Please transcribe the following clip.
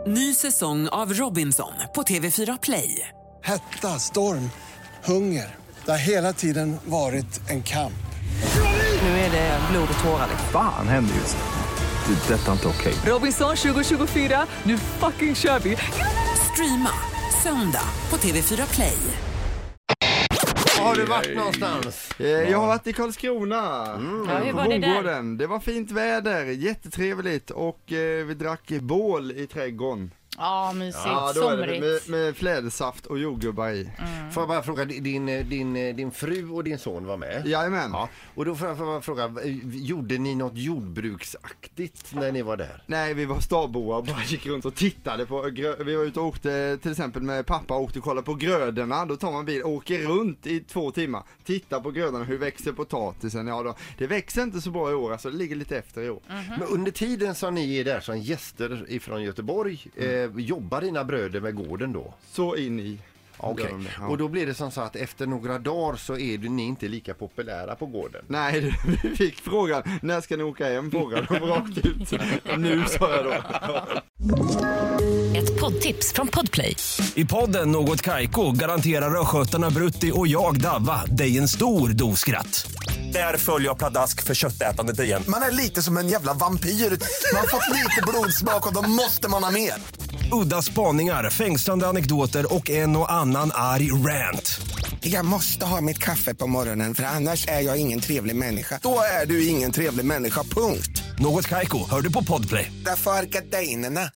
Ny säsong av Robinson på TV4 Play. Hetta, storm, hunger. Det har hela tiden varit en kamp. Nu är det blod och tårar. Fan händer just nu. Det. Detta är inte okej. Robinson 2024, nu fucking kör vi. Streama söndag på TV4 Play. Har du varit någonstans? Jag har varit i Karlskrona. Ja, hur på var det där? Bondgården. Det var fint väder, jättetrevligt. Och vi drack bål i trädgården. Ja, mysigt, Ja, då är det somrigt. med flädersaft och jordgubbar i. Får jag bara fråga, din fru och din son var med? Jajamän. Ja. Och då får jag bara fråga, gjorde ni något jordbruksaktigt när ni var där? Nej, vi var stadboar och bara gick runt och tittade på vi var ute och åkte till exempel med pappa och åkte och kollade på grödorna. Då tar man bil och åker runt i 2 timmar. Tittar på grödorna, hur växer potatisen? Ja då, det växer inte så bra i år, alltså det ligger lite efter i år. Men under tiden som ni är där som gäster ifrån Göteborg, jobbar dina bröder med gården då? Så in i. Okej. Ja. Och då blir det som så att efter några dagar så är ni inte lika populära på gården. Nej, vi fick frågan, när ska ni åka hem? Frågan de rakt ut. Nu sa jag då. Ett poddtips från Podplay. I podden Något Kaiko garanterar östgötarna Brutti och jag Davva dig en stor doskratt. Där följer jag pladask för köttätandet igen. Man är lite som en jävla vampyr. Man har fått lite blodsmak och då måste man ha mer. Udda spaningar, fängslande anekdoter och en och annan arg rant. Jag måste ha mitt kaffe på morgonen för annars är jag ingen trevlig människa. Då är du ingen trevlig människa, punkt. Något Kaiko, hör du på Podplay. Därför är gardinerna.